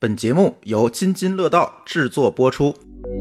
本节目由津津乐道制作播出。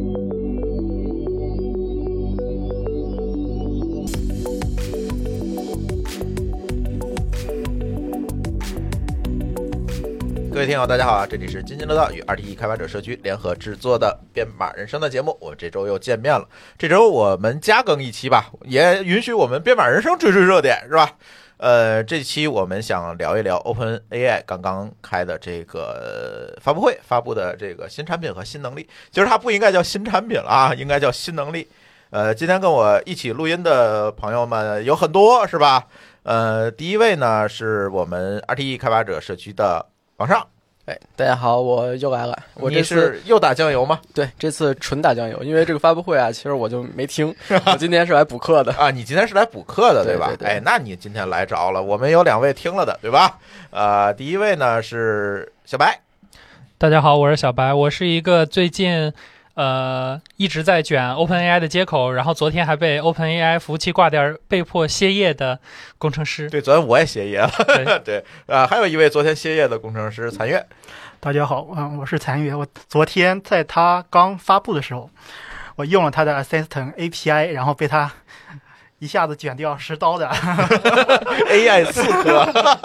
各位听友大家好啊，这里是津津乐道与 RTE 开发者社区联合制作的编码人生的节目，我这周又见面了。这周我们加更一期吧，也允许我们编码人生追热点，是吧？这期我们想聊一聊 OpenAI 刚刚开的这个发布会发布的这个新产品和新能力。其实它不应该叫新产品了啊，应该叫新能力。今天跟我一起录音的朋友们有很多，是吧？第一位呢是我们 RTE 开发者社区的王尚。 大家好，我又来了。我这次你是又打酱油吗？ 对，这次纯打酱油，因为这个发布会啊，其实我就没听，我今天是来补课的啊。你今天是来补课的，对吧？ 对， 那你今天来着了。我们有2位听了的，对吧？第一位呢是小白。 大家好，我是小白，我是一个最近一直在卷 OpenAI 的接口，然后昨天还被 OpenAI 服务器挂点被迫歇业的工程师。 对，昨天我也歇业了。对，还有一位昨天歇业的工程师残月。 大家好，我是残月。我昨天在他刚发布的时候，我用了他的 Assistant API， 然后被他一下子卷掉10刀的 AI 刺客。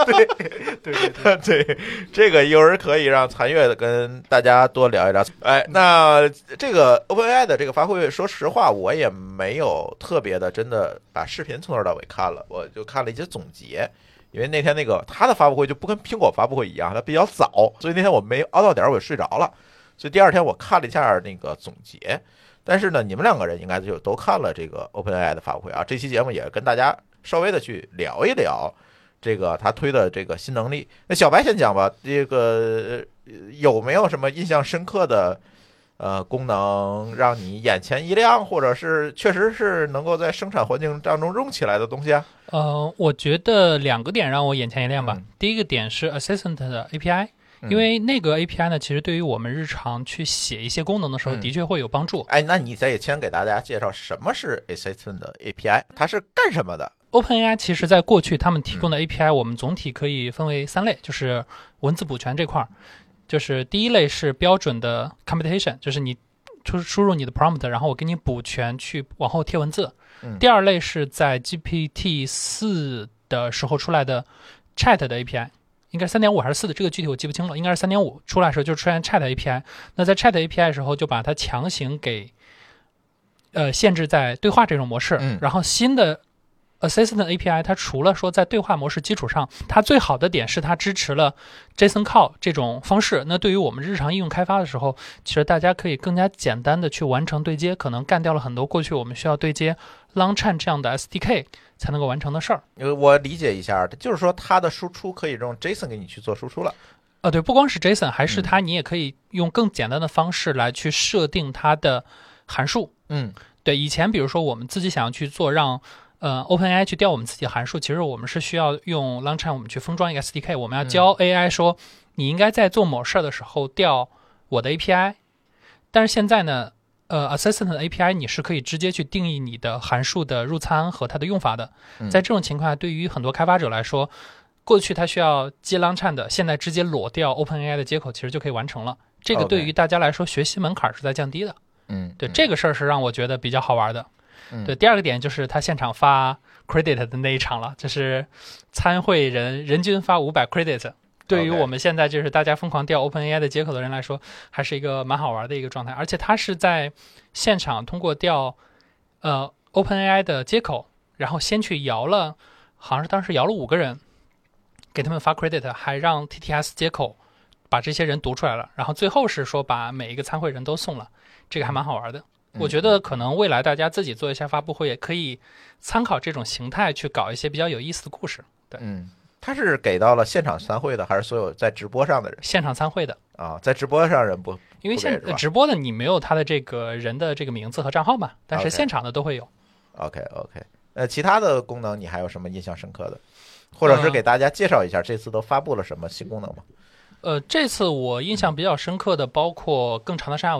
对，这个一会儿可以让残月跟大家多聊一聊。那这个 OpenAI 的这个发布会，说实话我也没有特别的真的把视频从头到尾看了，我就看了一些总结。因为那天他的发布会就不跟苹果发布会一样，它比较早，所以那天我没熬到点我就睡着了，所以第二天我看了一下那个总结。但是呢，你们2个人应该就都看了这个 OpenAI 的发布会啊。这期节目也跟大家稍微的去聊一聊这个他推的这个新能力。那小白先讲吧，这个有没有什么印象深刻的功能让你眼前一亮，或者是确实是能够在生产环境当中用起来的东西啊？ 我觉得2个点让我眼前一亮吧。第一个点是 Assistant 的 API，因为那个 API 呢，其实对于我们日常去写一些功能的时候，的确会有帮助。 那你再先给大家介绍什么是 Assistant 的 API， 它是干什么的？ OpenAI 其实在过去他们提供的 API，我们总体可以分为3类，就是文字补全这块，就是第一类是标准的 computation， 就是你输入你的 prompt， 然后我给你补全去往后贴文字。第二类是在 GPT-4 的时候出来的 Chat 的 API， 应该是 3.5 还是4的，这个具体我记不清了，应该是 3.5 出来的时候就出现 Chat API。 那在 Chat API 的时候就把它强行给限制在对话这种模式。然后新的 Assistant API 它除了说在对话模式基础上，它最好的点是它支持了 JSON Call 这种方式。那对于我们日常应用开发的时候，其实大家可以更加简单的去完成对接，可能干掉了很多过去我们需要对接 Langchain 这样的 SDK 才能够完成的事儿。 我理解一下，就是说它的输出可以用 JSON 给你去做输出了。 对，不光是 JSON， 还是它你也可以用更简单的方式来去设定它的函数。对，以前比如说我们自己想要去做让OpenAI 去调我们自己的函数，其实我们是需要用 Langchain 我们去封装一个 SDK， 我们要教 AI 说你应该在做某事的时候调我的 API。 但是现在呢Assistant 的 API 你是可以直接去定义你的函数的入参和它的用法的。在这种情况下，对于很多开发者来说，过去它需要接 Langchain 的，现在直接裸调 OpenAI 的接口其实就可以完成了。这个对于大家来说学习门槛是在降低的。对，这个事儿是让我觉得比较好玩的。对，第二个点就是他现场发 credit 的那一场了，就是参会人均发500 credit。对于我们现在就是大家疯狂调 OpenAI 的接口的人来说，还是一个蛮好玩的一个状态。而且他是在现场通过调OpenAI 的接口，然后先去摇了，好像是当时摇了5个人，给他们发 credit， 还让 TTS 接口把这些人读出来了，然后最后是说把每一个参会人都送了，这个还蛮好玩的。我觉得可能未来大家自己做一下发布会，也可以参考这种形态去搞一些比较有意思的故事。对， 他是给到了现场参会的，还是所有在直播上的人？ 现场参会的啊，在直播上人不， 因为直播的你没有他的这个人的这个名字和账号嘛，但是现场的都会有。 OK， 其他的功能你还有什么印象深刻的，或者是给大家介绍一下这次都发布了什么新功能吗？ 这次我印象比较深刻的包括更长的上下文。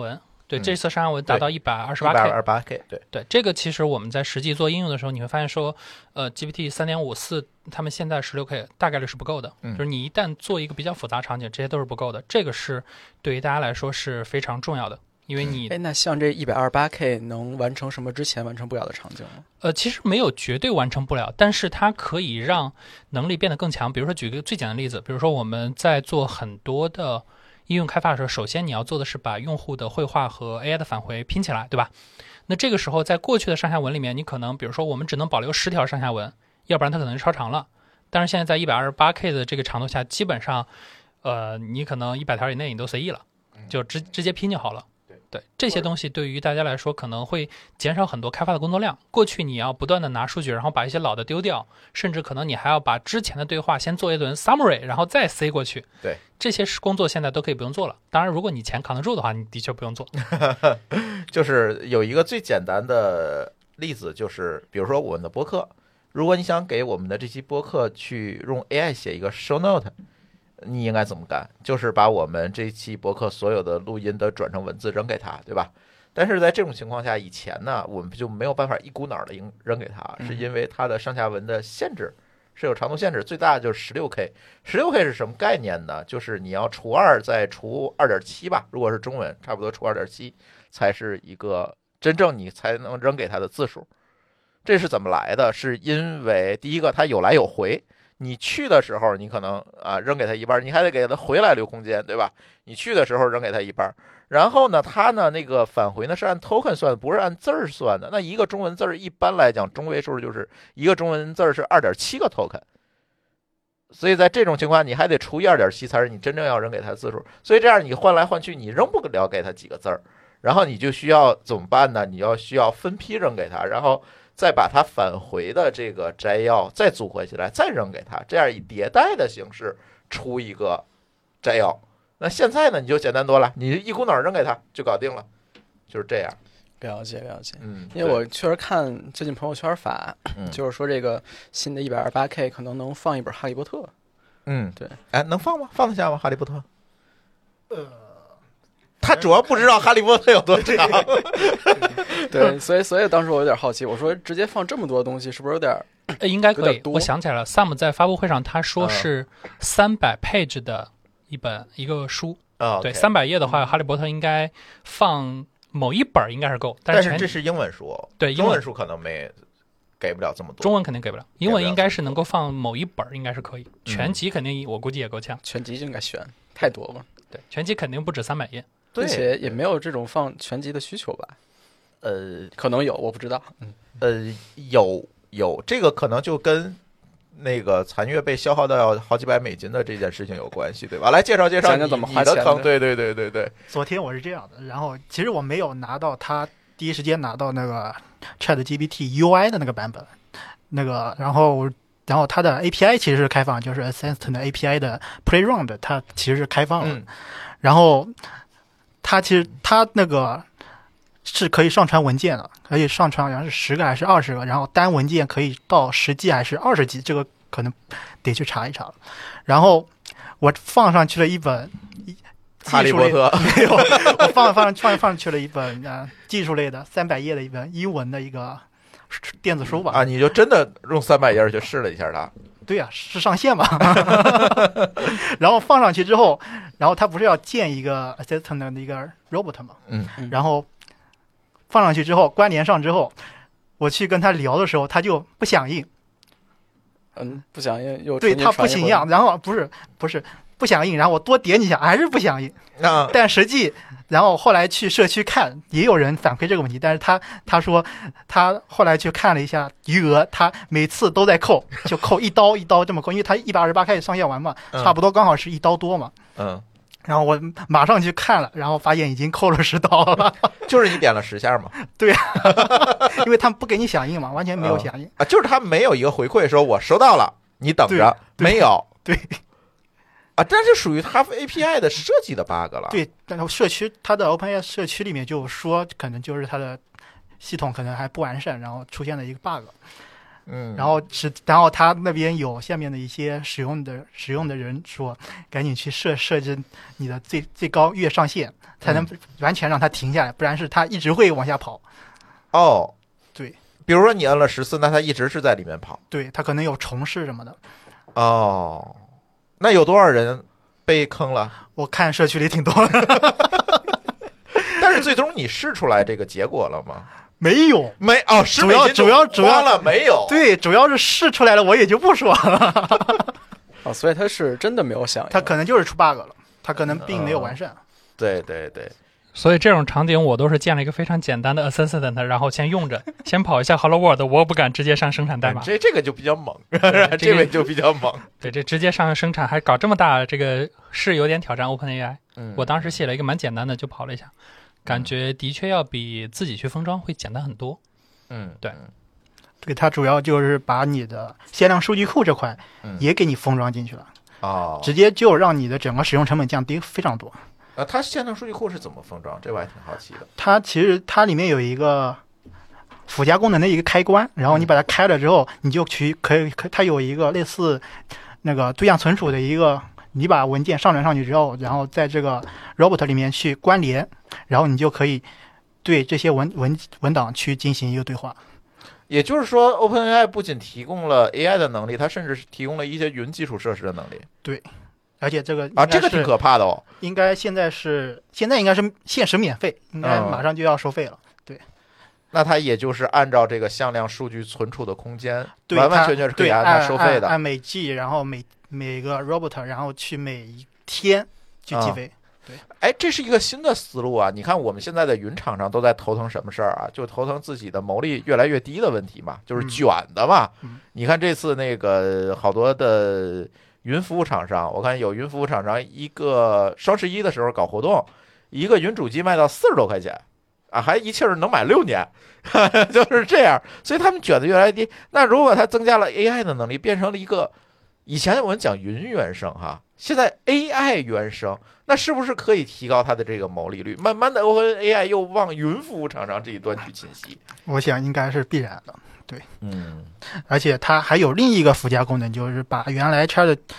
对，这次上下文达到128K。 128K， 对，这个其实我们在实际做应用的时候，你会发现说，GPT 3.54他们现在16K 大概率是不够的，就是你一旦做一个比较复杂场景，这些都是不够的。这个是对于大家来说是非常重要的。因为你那像这128K 能完成什么之前完成不了的场景吗？ 其实没有绝对完成不了，但是它可以让能力变得更强。比如说举个最简单的例子，比如说我们在做很多的应用开发的时候，首先你要做的是把用户的绘画和 AI 的返回拼起来，对吧？那这个时候在过去的上下文里面，你可能比如说我们只能保留10条上下文，要不然它可能就超长了。但是现在在128K 的这个长度下，基本上你可能100条以内你都随意了，就直接拼就好了。对，这些东西对于大家来说可能会减少很多开发的工作量。过去你要不断的拿数据，然后把一些老的丢掉，甚至可能你还要把之前的对话先做一轮 summary， 然后再塞过去。 对， 这些工作现在都可以不用做了。当然，如果你钱扛得住的话，你的确不用做。 就是有一个最简单的例子，就是比如说我们的播客，如果你想给我们的这期播客去用 AI 写一个 show note，你应该怎么干？就是把我们这期博客所有的录音都转成文字扔给他，对吧？但是在这种情况下，以前呢，我们就没有办法一股脑的扔给他，是因为它的上下文的限制是有长度限制，最大的就是 16K。16K 是什么概念呢？就是你要除2再除 2.7 吧，如果是中文，差不多除 2.7 才是一个真正你才能扔给他的字数。这是怎么来的？是因为第一个，它有来有回。你去的时候，你可能扔给他一半，你还得给他回来留空间，对吧？你去的时候扔给他一半，然后呢，他呢那个返回呢是按 token 算的，不是按字儿算的。那一个中文字儿一般来讲中位数就是一个中文字儿是 2.7 个 token， 所以在这种情况你还得除以 2.7 才是你真正要扔给他的字数。所以这样你换来换去，你扔不了给他几个字儿，然后你就需要怎么办呢？你需要分批扔给他，然后再把它返回的这个摘要再组合起来，再扔给他，这样以迭代的形式出一个摘要。那现在呢，你就简单多了，你一股脑扔给他就搞定了，就是这样。 了解。因为我确实看最近朋友圈发，就是说这个新的128K 可能能放一本《哈利波特》。对。 哎，能放吗？放得下吗？哈利波特？他主要不知道哈利波特有多长。 对，所以当时我有点好奇，我说直接放这么多东西是不是有点应该可以。我想起来了 ，Sam 在发布会上他说是300 page 的一个书。对，300页的话，哈利波特应该放某一本应该是够，但是这是英文书， 对， 中文书可能给不了这么多， 中文肯定给不了，英文应该是能够放某一本，应该是可以。全集肯定我估计也够呛， 全集就应该选太多了。 对，全集肯定不止300页， 而且也没有这种放全集的需求吧？可能有，我不知道。 有这个可能就跟那个残月被消耗到好几百美金的这件事情有关系，对吧？来介绍你怎么花钱的坑。对。 昨天我是这样的，然后其实我没有拿到他第一时间拿到那个 ChatGPT UI 的那个版本，然后它的 API 其实是开放，就是 Assistant 的 API 的 Playground 它其实是开放了。然后它那个是可以上传文件的，可以上传好像是10个还是20个，然后单文件可以到10 G 还是20 G， 这个可能得去查一查。然后我放上去了一本哈利波特， 没有，我放上去了一本技术类的300页的一本英文的一个电子书吧。 你就真的用300页去试了一下它？ 对呀，是上线嘛。然后放上去之后，然后它不是要建一个 assistant 的一个 robot 嘛？然后放上去之后，关联上之后，我去跟他聊的时候，他就不响应。 不响应又对，他不响应，然后不是不响应，然后我多点几下还是不响应。但实际，然后后来去社区看，也有人反馈这个问题，但是他说他后来去看了一下余额，他每次都在扣，就扣一刀一刀这么扣，因为他128开始上线完嘛，差不多刚好是1刀多嘛。然后我马上去看了，然后发现已经扣了10刀了。 就是你点了10下嘛？ 对呀，因为他们不给你响应嘛，完全没有响应就是他没有一个回馈说我收到了，你等着，没有。 对。 这就属于它 API 的设计的 bug 了。 对，但是社区它的 OpenAI 社区里面就说，可能就是它的系统可能还不完善，然后出现了一个 bug。 然后他那边有下面的一些使用的人说，赶紧去设置你的最高月上限，才能完全让它停下来，不然是它一直会往下跑。 哦， 对， 比如说你摁了14，那它一直是在里面跑。 对，它可能有重试什么的。 哦，那有多少人被坑了？ 我看社区里挺多的。 但是最终你试出来这个结果了吗？ 没有，主要了没有？ 对，主要是试出来了，我也就不说了。 所以他是真的没有响应， 他可能就是出 bug 了，他可能并没有完善。 对对对。 所以这种场景我都是建了一个非常简单的 assistant， 然后先用着，先跑一下 Hello World， 我不敢直接上生产代码。 这个就比较猛，这位就比较猛。 对，这直接上生产还搞这么大，这个是有点挑战 OpenAI。我当时写了一个蛮简单的，就跑了一下，感觉的确要比自己去封装会简单很多。对。 对，它主要就是把你的限量数据库这块也给你封装进去了，直接就让你的整个使用成本降低非常多。 它限量数据库是怎么封装？这我还挺好奇的。 它其实里面有一个附加功能的一个开关，然后你把它开了之后，你就可以它有一个类似那个对象存储的一个，你把文件上传上去之后，然后在这个 robot 里面去关联，然后你就可以对这些文档去进行一个对话。 也就是说 OpenAI 不仅提供了 AI 的能力，它甚至是提供了一些云基础设施的能力。 对，而且这个这个挺可怕的哦。 应该现在应该是限时免费，应该马上就要收费了。对， 那它也就是按照这个向量数据存储的空间，完完全全是可以按它收费的， 按每 G， 然后每个 robot， 然后去每一天去计费。 对，这是一个新的思路啊！你看我们现在的云厂商都在头疼什么事儿啊？就头疼自己的毛利越来越低的问题嘛，就是卷的嘛。你看这次那个好多的云服务厂商，我看有云服务厂商一个双11的时候搞活动，一个云主机卖到40多块钱啊，还一气儿能买6年，就是这样。所以他们卷的越来越低。那如果它增加了 AI 的能力，变成了一个以前我们讲云原生哈，现在 AI 原生，那是不是可以提高它的这个毛利率？慢慢的 OpenAI 又往云服务厂商这一端去侵袭， 我想应该是必然的。对，而且它还有另一个附加功能，就是把原来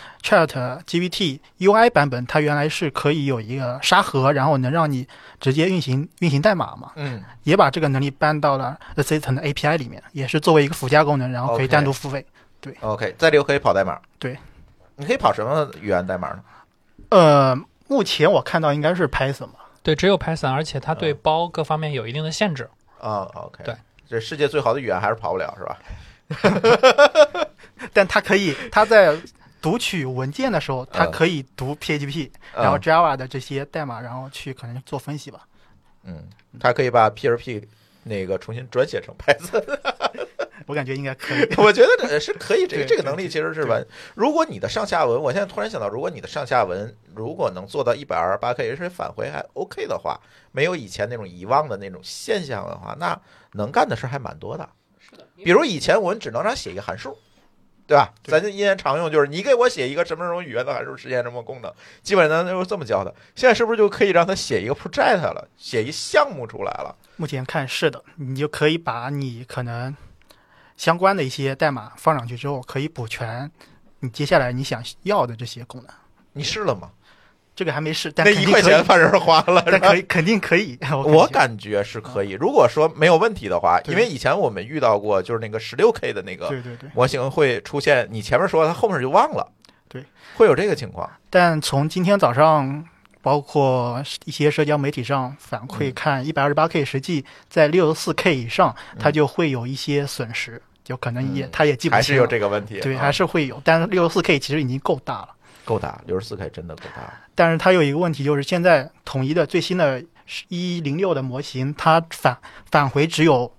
ChatGPT UI 版本，它原来是可以有一个沙盒，然后能让你直接运行代码嘛。也把这个能力搬到了 Assistant 的 API 里面，也是作为一个附加功能，然后可以单独付费。对 ，OK， 在里头可以跑代码。 对， 你可以跑什么语言代码呢？ 目前我看到应该是 Python 吧。 对，只有 Python， 而且它对包各方面有一定的限制。 OK， 对。 这世界最好的语言还是跑不了，是吧？ 但它在读取文件的时候，它可以读 PHP，然后 Java 的这些代码，然后去可能做分析吧。 它可以把 PHP 那个重新转写成 Python。 我感觉应该可以。 我觉得是可以，这个能力其实是完。如果你的上下文，我现在突然想到，如果你的上下文如果能做到128K 是返回还 OK 的话，没有以前那种遗忘的那种现象的话，那能干的事还蛮多的。 是的， 比如以前我们只能让写一个函数，对吧？咱依然常用就是你给我写一个什么语言的函数实现什么功能，基本上都是这么教的。现在是不是就可以让他写一个 project 了，写一项目出来了？ 目前看是的，你就可以把你可能相关的一些代码放上去之后，可以补全你接下来你想要的这些功能。 你试了吗？ 这个还没试，但那1块钱反正是花了， 但肯定可以。 我感觉是可以。如果说没有问题的话，因为以前我们遇到过，就是那个16K 的那个模型会出现，你前面说它后面就忘了， 对， 会有这个情况。 但从今天早上，包括一些社交媒体上反馈看，128K 实际在64K 以上，它就会有一些损失，就可能它也记不清， 还是有这个问题。 对，还是会有。但是64K 其实已经够大了。 够大，64K 真的够大。 但是它有一个问题，就是现在统一的最新的1106的模型，它返回只有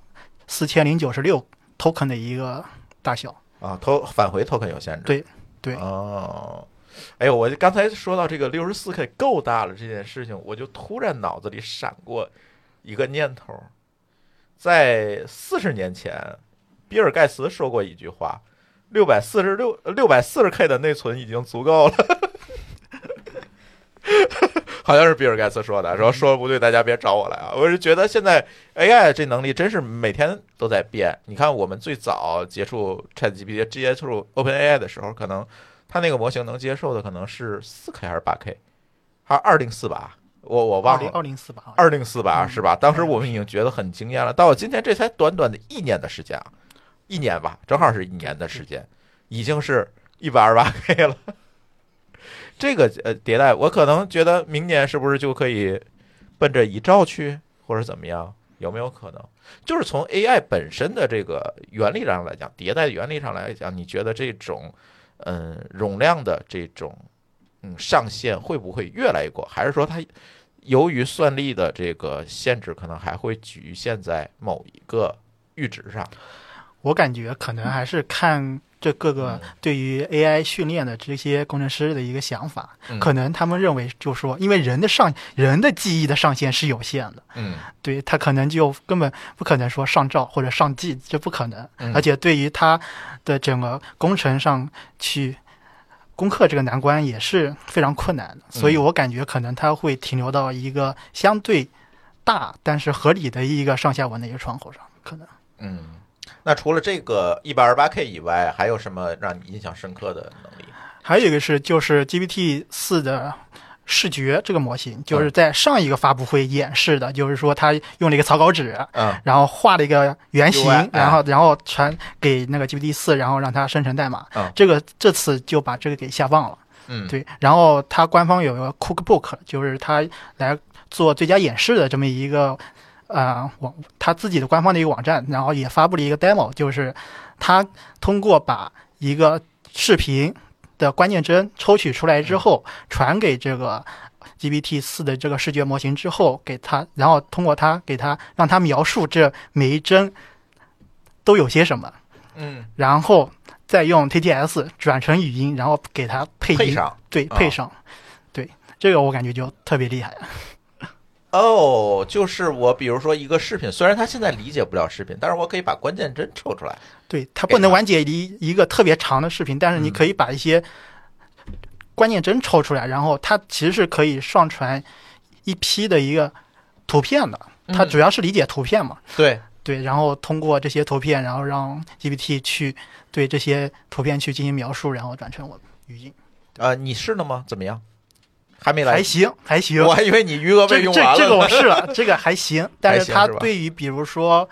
4096 token 的一个大小啊，返回 token 有限制。 对对。 哎呦，我刚才说到这个64K 够大了这件事情，我就突然脑子里闪过一个念头，在40年前，比尔盖茨说过一句话。640K 的内存已经足够了。 好像是比尔盖茨说的，说不对大家别找我来啊。我是觉得现在 AI 这能力真是每天都在变。你看我们最早接触 ChatGPT 接触 OpenAI 的时候，可能它那个模型能接受的可能是4K 还是8K， 还是2048，我忘了2048是吧？当时我们已经觉得很惊艳了，到今天这才短短的1年的时间啊，1年吧，正好是1年的时间，已经是128K 了。这个迭代，我可能觉得明年是不是就可以奔着1兆去，或者怎么样？有没有可能？就是从 AI 本身的这个原理上来讲，迭代原理上来讲，你觉得这种容量的这种上限会不会越来越过？还是说它由于算力的这个限制，可能还会局限在某一个阈值上？ 我感觉可能还是看这各个对于 AI 训练的这些工程师的一个想法，可能他们认为就是说，因为人的记忆的上限是有限的，对，他可能就根本不可能说上兆或者上 G， 这不可能，而且对于他的整个工程上去攻克这个难关也是非常困难的，所以我感觉可能他会停留到一个相对大但是合理的一个上下文的一个窗口上，可能。 那除了这个128K 以外，还有什么让你印象深刻的能力？ 还有一个就是 GPT-4 的视觉这个模型，就是在上一个发布会演示的，就是说他用了一个草稿纸，然后画了一个原型，然后传给那个 GPT-4，然后让它生成代码。这次就把这个给下放了。对，然后他官方有个 Cookbook， 就是他来做最佳演示的这么一个。他自己的官方的一个网站，然后也发布了一个 demo， 就是他通过把一个视频的关键帧抽取出来之后，传给这个 GPT-4 的这个视觉模型之后，给他，然后通过他给他让他描述这每一帧都有些什么，然后再用 TTS 转成语音，然后给他配上， 对，配上，对，这个我感觉就特别厉害。 就是我比如说一个视频，虽然他现在理解不了视频，但是我可以把关键帧抽出来。 对，他不能完结一个特别长的视频，但是你可以把一些关键帧抽出来，然后它其实是可以上传一批的一个图片的，它主要是理解图片嘛。 对， 然后通过这些图片，然后让 GPT 去对这些图片去进行描述，然后转成我语音。 你试了吗？怎么样？还没来， 还行。 我还以为你余额被用完了。 这个我试了，这个还行。但是它对于比如说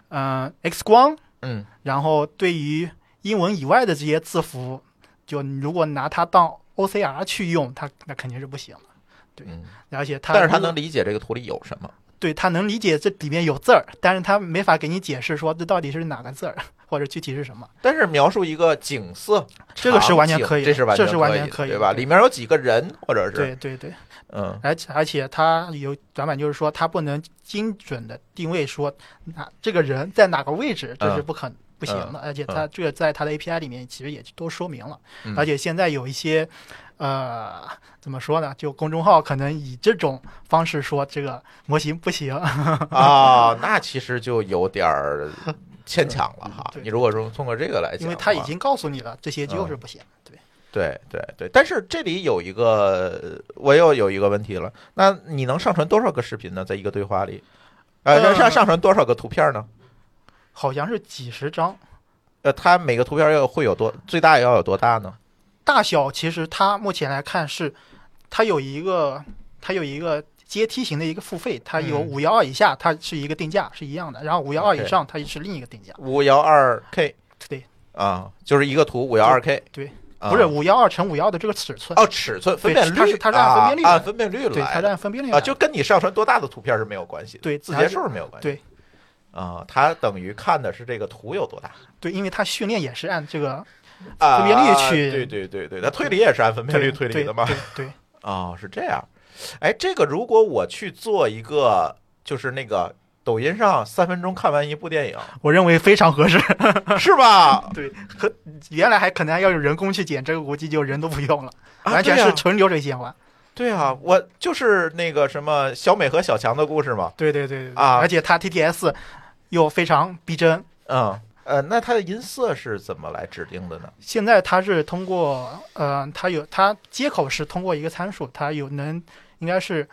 X 光，然后对于英文以外的这些字符，就你如果拿它当 OCR 去用，那肯定是不行的。对，而且但是它能理解这个图里有什么。 对，他能理解这里面有字儿，但是他没法给你解释说这到底是哪个字儿或者具体是什么。 但是描述一个景色， 这个是完全可以， 这是完全可以，对吧？里面有几个人，或者是对，而且它有短板，就是说它不能精准的定位说这个人在哪个位置，这是不行的。而且它这个在它的 API 里面其实也都说明了，而且现在有一些怎么说呢？就公众号可能以这种方式说这个模型不行那其实就有点牵强了哈。你如果说通过这个来讲， 因为他已经告诉你了，这些就是不行。 对。但是这里有一个，我又有一个问题了。那你能上传多少个视频呢？在一个对话里，上传多少个图片呢？ 好像是几十张。 它每个图片会有最大要有多大呢？ 大小其实它目前来看是，它有一个阶梯型的一个付费，它有512以下，它是一个定价是一样的，然后512以上它是另一个定价。 512K 对就是一个图512K 对，不是512乘512的这个尺寸尺寸分辨率， 它是按分辨率按分辨率来， 对，它是按分辨率来就跟你上传多大的图片是没有关系的， 对， 字节数是没有关系， 对。 它等于看的是这个图有多大， 对，因为它训练也是按这个分辨率去， 对，它推理也是按分辨率推理的嘛， 对， 是这样。这个如果我去做一个，就是那个抖音上3分钟看完一部电影， 我认为非常合适， 是吧？ 对，原来还可能要用人工去剪，这个估计就人都不用了，完全是纯流水线化。 对啊，我就是那个什么小美和小强的故事嘛。对， 而且它 TTS 又非常逼真。 那它的音色是怎么来指定的呢？ 现在它是通过它接口是通过一个参数，它能应该是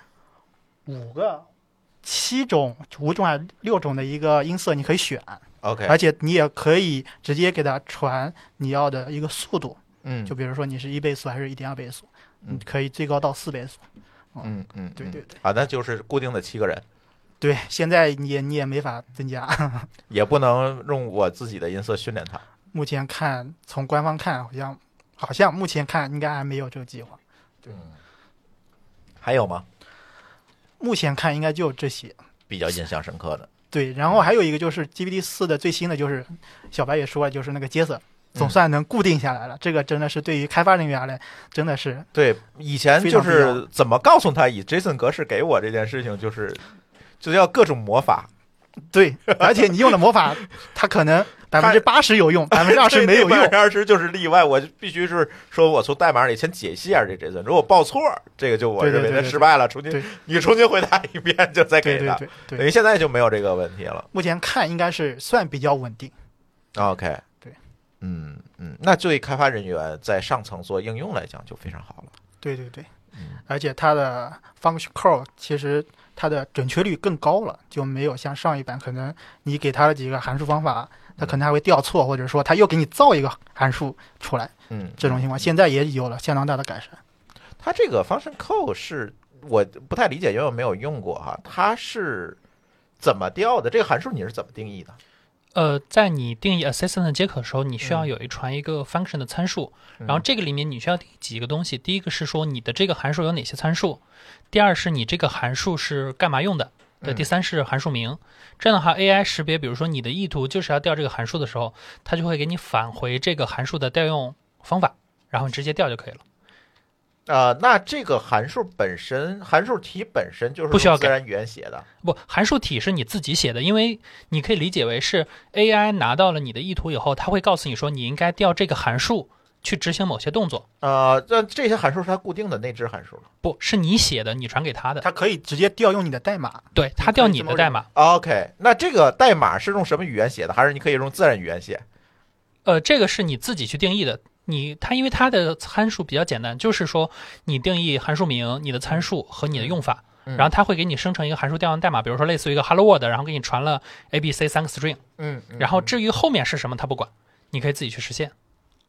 5种还是6种的一个音色你可以选。 OK， 而且你也可以直接给它传你要的一个速度，就比如说你是1倍速还是1.2倍速，你可以最高到4倍速。对。 啊，那就是固定的7个人。 对，现在你也没法增加， 也不能用我自己的音色训练它。 目前看，从官方看，好像目前看应该还没有这个计划。对， 还有吗？ 目前看应该就这些比较印象深刻的。 对，然后还有一个就是 GPT-4 的最新的，就是小白也说了，就是那个 Jason 总算能固定下来了。这个真的是对于开发人员来，真的是对以前就是怎么告诉他以 JSON 格式给我这件事情，就是要各种魔法。 对，而且你用的魔法，它可能80%有用，20%没有用 ，20%就是例外。我必须是说我从代码里先解析一下这 JSON， 如果报错，这个就我认为它失败了，你重新回答一遍就再给他。 对， 等于现在就没有这个问题了。 目前看应该是算比较稳定。 OK， 对， 那对开发人员在上层做应用来讲就非常好了。 对，而且它的 function call 其实它的准确率更高了，就没有像上一版可能你给它的几个函数方法，它可能还会调错，或者说它又给你造一个函数出来。这种情况现在也有了相当大的改善。 它这个 function call 是我不太理解，因为我没有用过哈，它是怎么调的？这个函数你是怎么定义的？ 在你定义 assistant 接口的时候，你需要传一个 function 的参数，然后这个里面你需要定义几个东西。第一个是说你的这个函数有哪些参数，第二是你这个函数是干嘛用的，第三是函数名。这样的话 AI 识别，比如说你的意图就是要调这个函数的时候，它就会给你返回这个函数的调用方法，然后你直接调就可以了。 那这个函数体本身就是不需要自然语言写的？ 不，函数体是你自己写的，因为你可以理解为是 AI 拿到了你的意图以后，它会告诉你说你应该调这个函数去执行某些动作。 那这些函数是它固定的内置函数？ 不是你写的，你传给它的。 它可以直接调用你的代码。 对，它调你的代码。 OK， 那这个代码是用什么语言写的？还是你可以用自然语言写？ 这个是你自己去定义的。因为它的参数比较简单，就是说你定义函数名、你的参数和你的用法，然后它会给你生成一个函数调用代码，比如说类似于一个 Hello World， 然后给你传了 ABC 3个 string，然后至于后面是什么它不管，你可以自己去实现。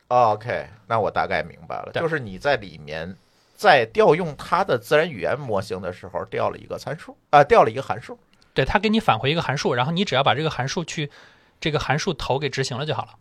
OK， 那我大概明白了，就是你在里面在调用它的自然语言模型的时候调了一个参数调了一个函数， 对，它给你返回一个函数，然后你只要把这个函数这个函数头给执行了就好了。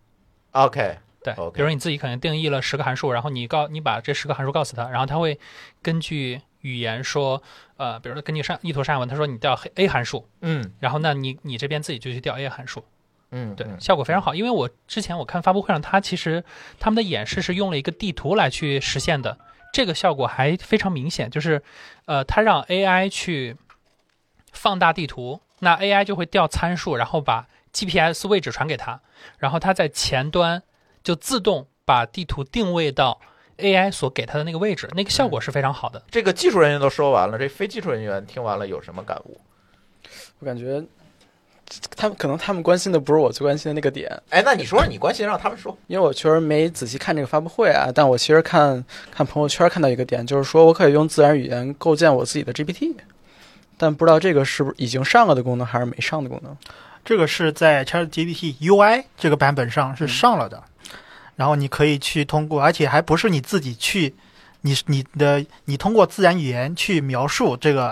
OK。 对，比如说你自己可能定义了10个函数，然后你把这10个函数告诉他，然后他会根据语言说，比如说根据意图上下文，他说你调 A 函数，然后那你这边自己就去调 A 函数，对，效果非常好。因为之前我看发布会上，其实他们的演示是用了一个地图来去实现的，这个效果还非常明显，就是他让 AI 去放大地图，那 AI 就会调参数，然后把 GPS 位置传给他，然后他在前端就自动把地图定位到 AI 所给他的那个位置，那个效果是非常好的。 这个技术人员都说完了，这非技术人员听完了有什么感悟？ 我感觉可能他们关心的不是我最关心的那个点。 那你说你关心，让他们说。 因为我确实没仔细看这个发布会啊，但我其实看朋友圈看到一个点，就是说我可以用自然语言构建我自己的 GPT， 但不知道这个是不是已经上了的功能还是没上的功能。 这个是在 ChatGPT UI 这个版本上是上了的。然后你可以去通过，而且还不是你自己去，你通过自然语言去描述这个，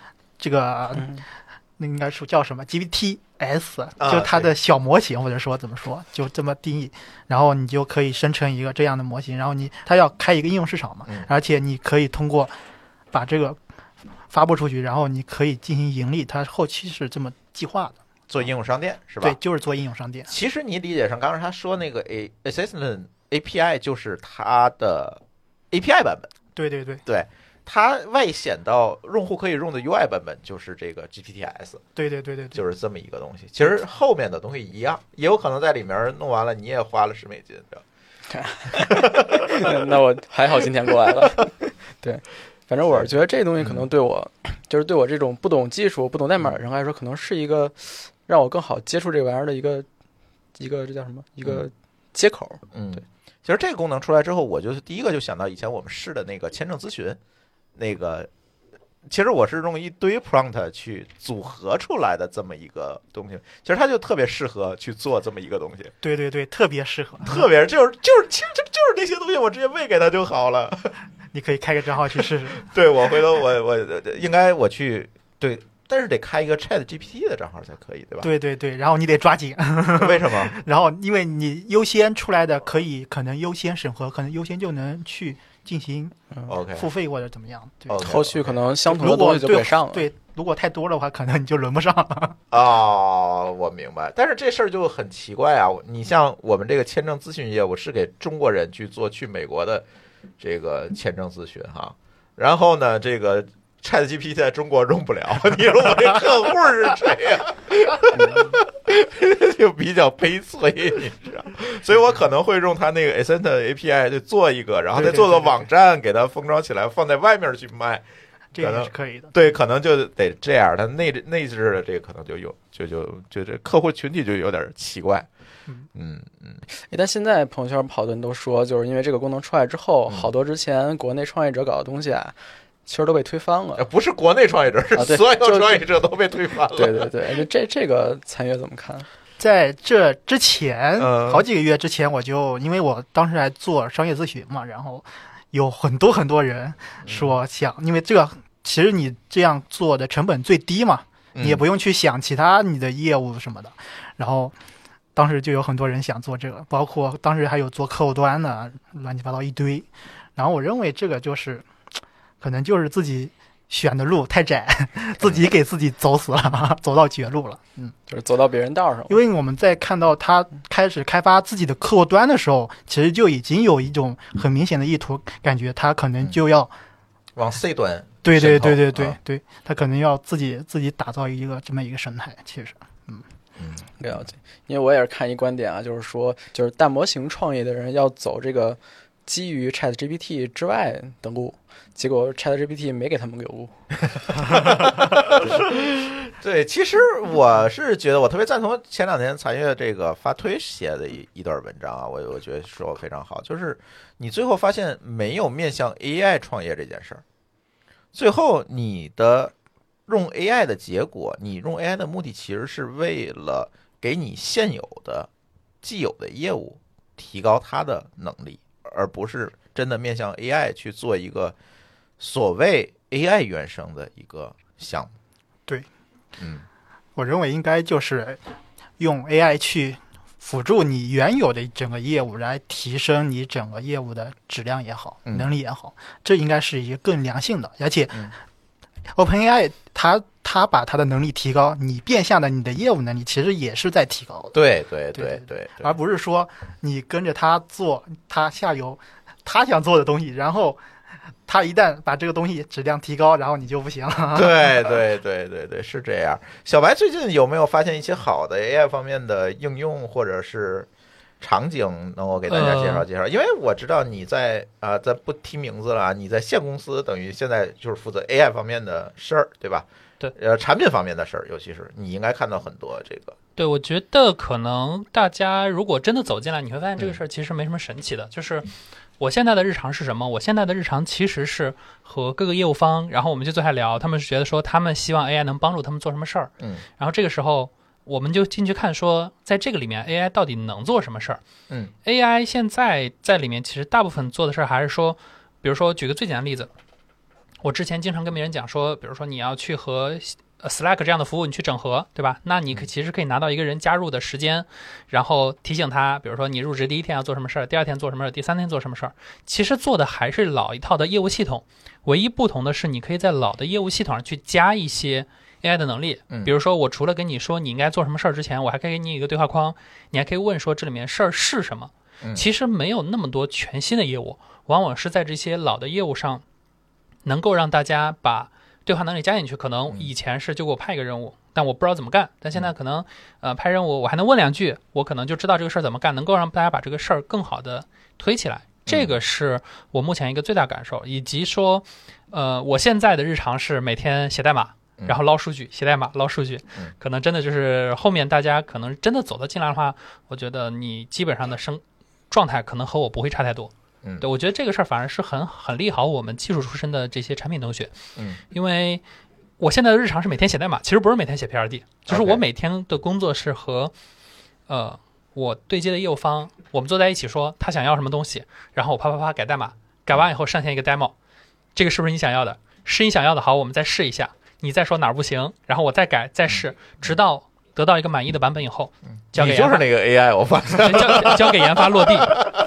那应该是叫什么 GPTs， 就它的小模型，或者说怎么说，就这么定义，然后你就可以生成一个这样的模型，然后它要开一个应用市场嘛，而且你可以通过把这个发布出去，然后你可以进行盈利，它后期是这么计划的。 做应用商店是吧？ 对，就是做应用商店。 其实你理解上，刚才他说那个 Assistant API 就是它的 API 版本。对，它外显到用户可以用的 UI 版本就是这个 GPTs。 对， 就是这么一个东西。其实后面的东西一样，也有可能在里面弄完了，你也花了$10，对吧？ 那我还好今天过来了。对。反正我是觉得这东西可能对我，就是对我这种不懂技术、不懂代码的人来说，可能是一个让我更好接触这个玩意儿的一个这叫什么？一个接口。对。 其实这个功能出来之后，我就第一个就想到以前我们试的那个签证咨询，那个其实我是用一堆 prompt 去组合出来的这么一个东西，其实它就特别适合去做这么一个东西。 对对对，特别适合， 特别就是其实就是这些东西，我直接喂给他就好了。 你可以开个账号去试试。 对，我回头我应该我去对，但是得开一个 Chat GPT 的账号才可以，对吧？ 对对对，然后你得抓紧。 为什么？ 然后因为你优先出来的可能优先审核，可能优先就能去进行付费或者怎么样。对， 后续可能相同的东西就给上了。 对，如果太多的话，可能你就轮不上了。 哦，我明白。但是这事儿就很奇怪啊！你像我们这个签证咨询业务是给中国人去做去美国的这个签证咨询哈，然后呢，这个 ChatGPT 在中国用不了，你说我这客户是谁呀？就比较悲催，你知道，所以我可能会用他那个 Ascent API 去做一个，然后再做个网站给它封装起来，放在外面去卖， 这也是可以的。 对，可能就得这样，它内置的这个可能就这客户群体就有点奇怪。 但现在朋友圈好多人都说，就是因为这个功能出来之后，好多之前国内创业者搞的东西啊，其实都被推翻了。 不是国内创业者，是所有创业者都被推翻了。 对对对，这个参阅怎么看？ 在这之前，好几个月之前，因为我当时还做商业咨询嘛，然后有很多人说想，因为这个其实你这样做的成本最低嘛，你也不用去想其他你的业务什么的，然后当时就有很多人想做这个，包括当时还有做客户端的，乱七八糟一堆。然后我认为这个可能就是自己选的路太窄，自己给自己走死了，走到绝路了。 就是走到别人道上了。 因为我们在看到他开始开发自己的客户端的时候，其实就已经有一种很明显的意图，感觉他可能就要往 C 端。 对，他可能要自己打造这么一个生态。其实， 了解。因为我也是看一观点啊，就是说，就是大模型创业的人要走这个基于 ChatGPT 之外的路，结果 ChatGPT 没给他们个路。 对，其实我是觉得我特别赞同前两天残月这个发推写的一段文章啊，我觉得说非常好，就是你最后发现没有面向 AI 创业这件事儿，最后你的用 AI 的结果，你用 AI 的目的其实是为了给你现有的既有的业务提高它的能力，而不是真的面向 AI 去做一个所谓 AI 原生的一个项目。 对，我认为应该就是用 AI 去辅助你原有的整个业务，来提升你整个业务的质量也好，能力也好，这应该是一个更良性的。而且 OpenAI 它把它的能力提高，你变相的你的业务能力其实也是在提高的。 对， 而不是说你跟着他做他下游他想做的东西，然后他一旦把这个东西质量提高，然后你就不行了。 对，是这样。小白最近有没有发现一些好的 AI 方面的应用或者是场景，能够给大家介绍介绍？因为我知道你在咱不提名字了，你在现公司等于现在就是负责 AI 方面的事儿，对吧？ 对， 产品方面的事儿，尤其是你应该看到很多这个。 对，我觉得可能大家如果真的走进来，你会发现这个事儿其实没什么神奇的，就是我现在的日常是什么？我现在的日常其实是和各个业务方，然后我们就坐下聊，他们是觉得说他们希望 AI 能帮助他们做什么事儿，然后这个时候我们就进去看说，在这个里面 AI 到底能做什么事儿？AI 现在在里面其实大部分做的事儿还是说，比如说举个最简单的例子，我之前经常跟别人讲说，比如说你要去和Slack 这样的服务你去整合，对吧？那你其实可以拿到一个人加入的时间，然后提醒他，比如说你入职第一天要做什么事儿，第二天做什么事儿，第三天做什么事儿。其实做的还是老一套的业务系统，唯一不同的是你可以在老的业务系统上去加一些 AI 的能力。比如说我除了跟你说你应该做什么事儿之前，我还可以给你一个对话框，你还可以问说这里面事儿是什么。其实没有那么多全新的业务，往往是在这些老的业务上能够让大家把对话能力加进去。可能以前是就给我派一个任务，但我不知道怎么干，但现在可能派任务我还能问两句，我可能就知道这个事儿怎么干，能够让大家把这个事儿更好的推起来。这个是我目前一个最大感受，以及说我现在的日常是每天写代码，然后捞数据，写代码捞数据，可能真的就是后面大家可能真的走得进来的话，我觉得你基本上的状态可能和我不会差太多。 对，我觉得这个事儿反而是很利好我们技术出身的这些产品同学。因为我现在的日常是每天写代码，其实不是每天写 PRD， 就是我每天的工作是和我对接的业务方，我们坐在一起说他想要什么东西，然后我啪啪啪改代码，改完以后上线一个 demo， 这个是不是你想要的？是你想要的，好，我们再试一下，你再说哪儿不行，然后我再改再试，直到得到一个满意的版本以后，交给你就是那个 AI， 我发现交给研发落地。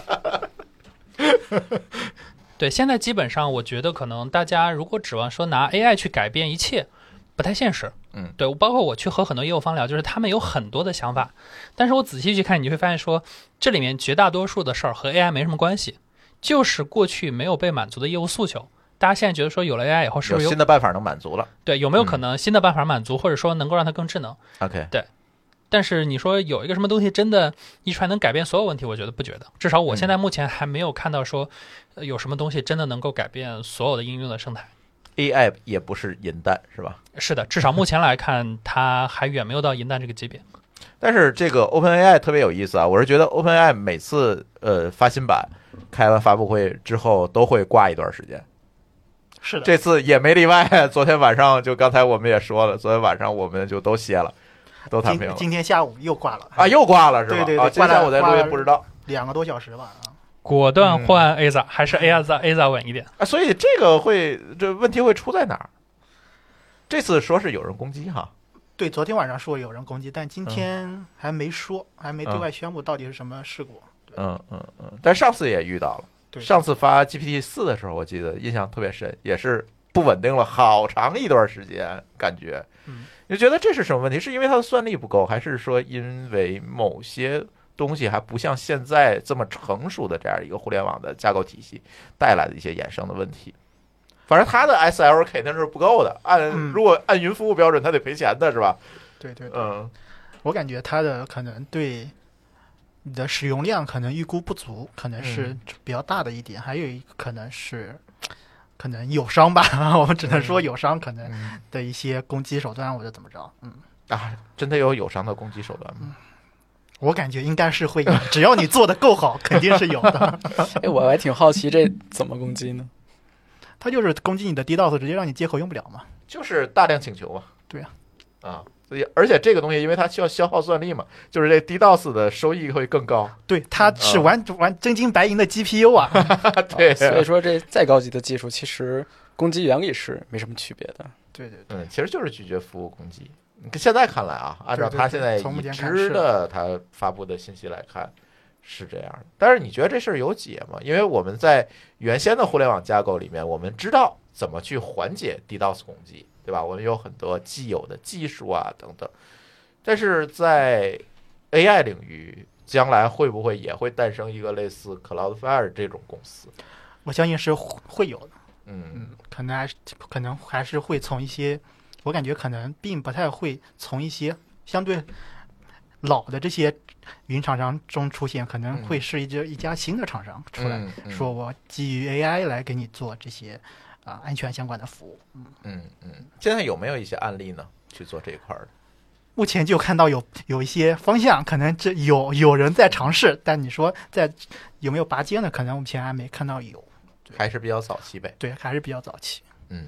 对，现在基本上我觉得可能大家如果指望说拿 AI 去改变一切，不太现实。对，包括我去和很多业务方聊，就是他们有很多的想法，但是我仔细去看，你会发现说这里面绝大多数的事儿和 AI 没什么关系，就是过去没有被满足的业务诉求。大家现在觉得说有了 AI 以后，是不是有新的办法能满足了？ 对，有没有可能新的办法满足，或者说能够让它更智能 ？OK， 对。但是你说有一个什么东西真的一出来能改变所有问题，我觉得不觉得。至少我现在目前还没有看到说有什么东西真的能够改变所有的应用的生态。 AI 也不是银弹，是吧？ 是的，至少目前来看，它还远没有到银弹这个级别。 但是这个 OpenAI 特别有意思啊，我是觉得 OpenAI 每次发新版开完发布会之后都会挂一段时间。 是的， 这次也没例外。昨天晚上就刚才我们也说了，昨天晚上我们就都歇了，都躺平了。 今天下午又挂了啊，又挂了是吧？ 对， 今天下午在录音不知道 2个多小时吧。 果断换 AZA，还是 AZA 稳一点啊？所以这个这问题会出在哪儿？这次说是有人攻击哈。 对，昨天晚上说有人攻击，但今天还没说，还没对外宣布到底是什么事故。 但上次也遇到了。上次发 GPT-4 的时候，我记得印象特别深，也是不稳定了好长一段时间，感觉。你觉得这是什么问题？是因为它的算力不够，还是说因为某些东西还不像现在这么成熟的这样一个互联网的架构体系带来的一些衍生的问题？反正它的 SLK 那是不够的，如果按云服务标准，它得赔钱的是吧？ 对，我感觉它的可能对你的使用量可能预估不足，可能是比较大的一点。还有一个可能是友商吧，我们只能说友商可能的一些攻击手段或者怎么着。 真的有友商的攻击手段吗？ 我感觉应该是会有，只要你做的够好，肯定是有的。 我还挺好奇这怎么攻击呢？ 它就是攻击你的 DDoS， 直接让你接口用不了嘛。 就是大量请求嘛。 对啊。 而且这个东西因为它需要消耗算力嘛，就是这 DDoS 的收益会更高。 对，它是玩真金白银的 GPU 啊。 对， 所以说这再高级的技术，其实攻击原理是没什么区别的。 对， 其实就是拒绝服务攻击。现在看来啊，按照他现在已知的他发布的信息来看是这样的。但是你觉得这事儿有解吗？因为我们在原先的互联网架构里面，我们知道怎么去缓解 DDoS 攻击，对吧？我们有很多既有的技术啊等等。但是在 AI 领域，将来会不会也会诞生一个类似 Cloudflare 这种公司？ 我相信是会有的。可能还是会从一些，我感觉可能并不太会从一些相对老的这些云厂商中出现，可能会是一家新的厂商出来，说我基于 AI 来给你做这些安全相关的服务。 现在有没有一些案例呢？去做这一块的？ 目前就看到有一些方向，可能这有人在尝试，但你说有没有拔尖呢？可能目前还没看到有， 还是比较早期呗。 对，还是比较早期。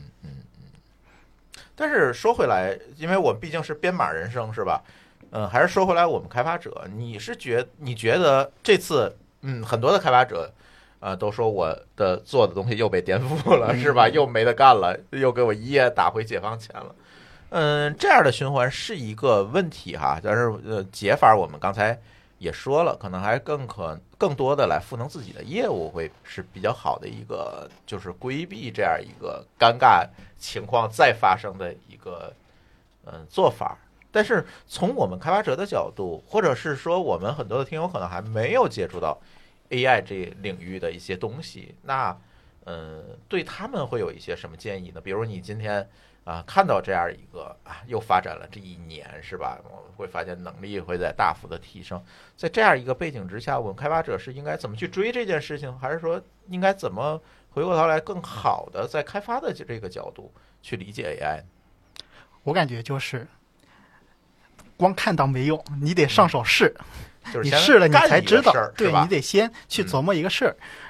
但是说回来，因为我们毕竟是编码人生，是吧？还是说回来，我们开发者，你觉得这次很多的开发者都说我的做的东西又被颠覆了，是吧？又没得干了，又给我一夜打回解放前了。这样的循环是一个问题哈，但是解法我们刚才也说了，可能还更多的来赋能自己的业务会是比较好的一个，就是规避这样一个尴尬情况再发生的一个做法。但是从我们开发者的角度，或者是说我们很多的听友可能还没有接触到 AI 这领域的一些东西，那对他们会有一些什么建议呢？比如你今天看到这样一个又发展了这一年，是吧？我们会发现能力会在大幅的提升。在这样一个背景之下，我们开发者是应该怎么去追这件事情，还是说应该怎么回过头来更好的在开发的这个角度去理解 AI 呢？ 我感觉就是光看到没用，你得上手试。 就是你试了你才知道，对， 吧？ 你得先去琢磨一个事儿，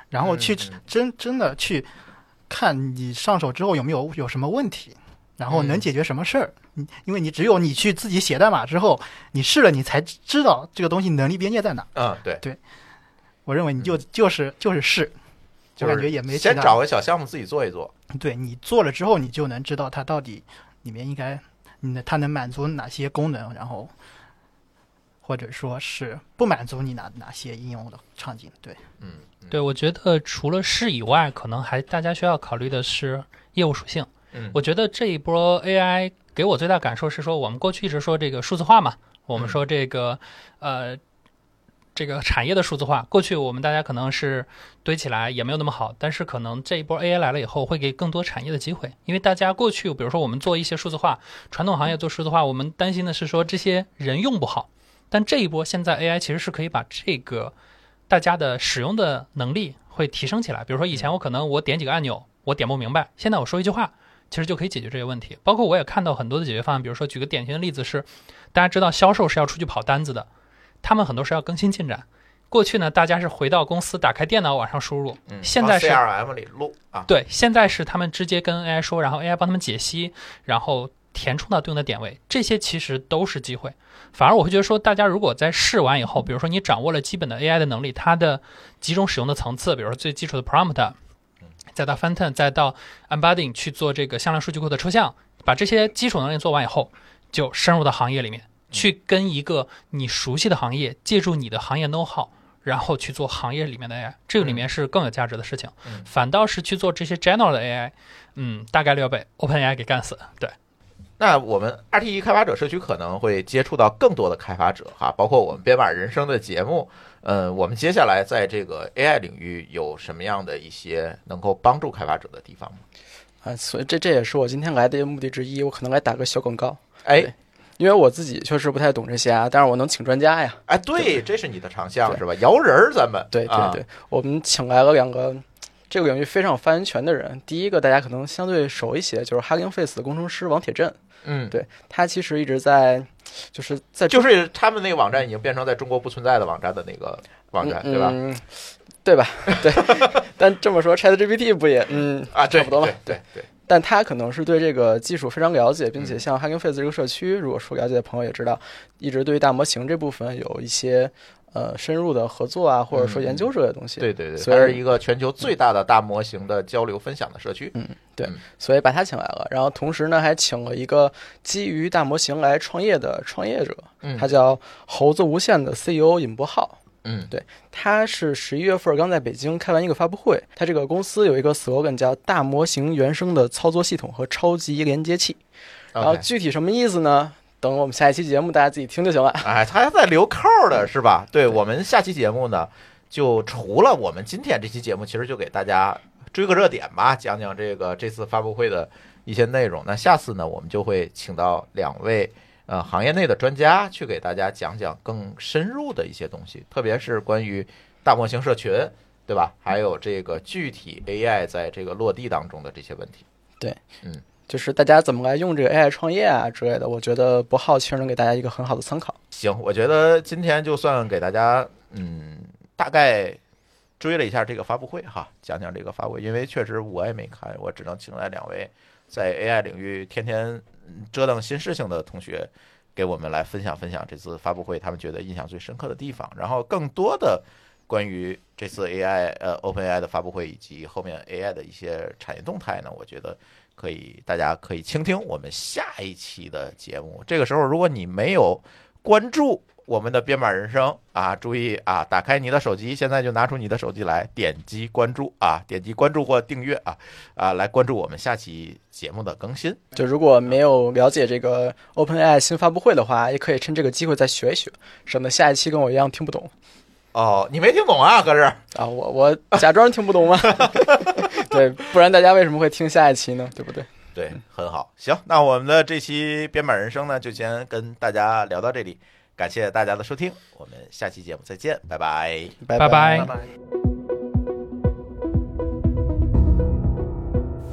然后去真的去看你上手之后有什么问题，然后能解决什么事儿。因为你只有你去自己写代码之后，你试了，你才知道这个东西能力边界在哪。 对， 我认为你就是试，我感觉也没先找个小项目自己做一做。 对，你做了之后，你就能知道它到底里面应该它能满足哪些功能，然后或者说是不满足你哪些应用的场景。对， 对，我觉得除了试以外，可能还大家需要考虑的是业务属性。我觉得这一波 AI 给我最大感受是说，我们过去一直说这个数字化嘛，我们说这个这个产业的数字化，过去我们大家可能是堆起来也没有那么好，但是可能这一波 AI 来了以后，会给更多产业的机会。因为大家过去比如说我们做一些数字化，传统行业做数字化，我们担心的是说这些人用不好，但这一波现在 AI 其实是可以把这个大家的使用的能力会提升起来。比如说以前我可能我点几个按钮我点不明白，现在我说一句话其实就可以解决这些问题。包括我也看到很多的解决方案，比如说举个典型的例子是，大家知道销售是要出去跑单子的，他们很多是要更新进展。过去呢，大家是回到公司打开电脑往上输入，现在是 CRM 里录啊。 对，现在是他们直接跟 AI 说，然后 AI 帮他们解析，然后填充到对应的点位，这些其实都是机会。反而我会觉得说，大家如果在试完以后，比如说你掌握了基本的 AI 的能力，它的几种使用的层次，比如说最基础的 prompt，再到 Phantom， 再到 embedding 去做这个向量数据库的抽象，把这些基础能力做完以后，就深入到行业里面，去跟一个你熟悉的行业，借助你的行业 know how， 然后去做行业里面的 AI， 这个里面是更有价值的事情。反倒是去做这些 general 的 AI，大概率要被 OpenAI 给干死。对。 那我们 RTE 开发者社区可能会接触到更多的开发者哈，包括我们编码人生的节目。我们接下来在这个 AI 领域有什么样的一些能够帮助开发者的地方吗？ 所以这也是我今天来的目的之一。我可能来打个小广告，因为我自己确实不太懂这些啊，但是我能请专家呀。 对，这是你的长项是吧？摇人儿，咱们对，我们请来了两个这个领域非常有发言权的人。第一个大家可能相对熟一些，就是 Hugging Face 的工程师王铁镇。对，他其实一直就是他们那个网站已经变成在中国不存在的网站的那个网站，对吧？ 对吧？对。但这么说 ，ChatGPT 不也差不多嘛？ 对。 但他可能是对这个技术非常了解，并且像 Hugging Face 这个社区，如果说了解的朋友也知道，一直对于大模型这部分有一些深入的合作啊，或者说研究这些东西。 对，它是一个全球最大的大模型的交流分享的社区。 对，所以把他请来了，然后同时呢还请了一个基于大模型来创业的创业者，他叫猴子无限的 CEO 尹博浩。对，他是11月份刚在北京开完一个发布会，他这个公司有一个 slogan 叫大模型原生的操作系统和超级连接器。然后具体什么意思呢？等我们下一期节目大家自己听就行了。 他还在留扣的是吧？对，我们下期节目呢，就除了我们今天这期节目，其实就给大家追个热点吧，讲讲这次发布会的一些内容。那下次呢，我们就会请到2位行业内的专家去给大家讲讲更深入的一些东西，特别是关于大模型社群，对吧？还有这个具体 AI 在这个落地当中的这些问题。 对，就是大家怎么来用这个 AI 创业啊之类的，我觉得博浩其实能给大家一个很好的参考。 行，我觉得今天就算给大家大概追了一下这个发布会哈，讲讲这个发布会，因为确实我也没看，我只能请来2位在 AI 领域天天折腾新事情的同学，给我们来分享这次发布会他们觉得印象最深刻的地方，然后更多的关于这次 OpenAI 的发布会以及后面 AI 的一些产业动态呢，我觉得大家可以倾听我们下一期的节目。这个时候如果你没有关注我们的编码人生啊，注意啊，打开你的手机，现在就拿出你的手机来，点击关注啊，点击关注或订阅来关注我们下期节目的更新。 就如果没有了解这个 OpenAI 新发布会的话，也可以趁这个机会再学一学，省得下一期跟我一样听不懂。 你没听懂啊？可是我假装听不懂吗？对，不然大家为什么会听下一期呢？对不对？ 对，很好。行，那我们的这期编码人生呢，就先跟大家聊到这里。感谢大家的收听，我们下期节目再见，拜拜， 拜拜。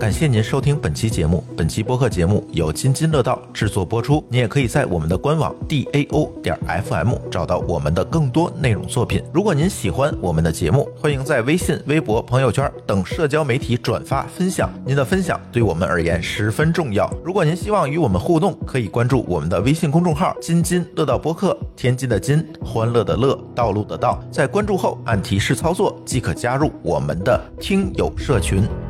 感谢您收听本期节目。本期播客节目由津津乐道制作播出。你也可以在我们的官网 DAO.FM 找到我们的更多内容作品。如果您喜欢我们的节目，欢迎在微信、微博、朋友圈等社交媒体转发分享。您的分享对我们而言十分重要。如果您希望与我们互动，可以关注我们的微信公众号津津乐道播客，天津的津，欢乐的乐，道路的道。在关注后按提示操作即可加入我们的听友社群。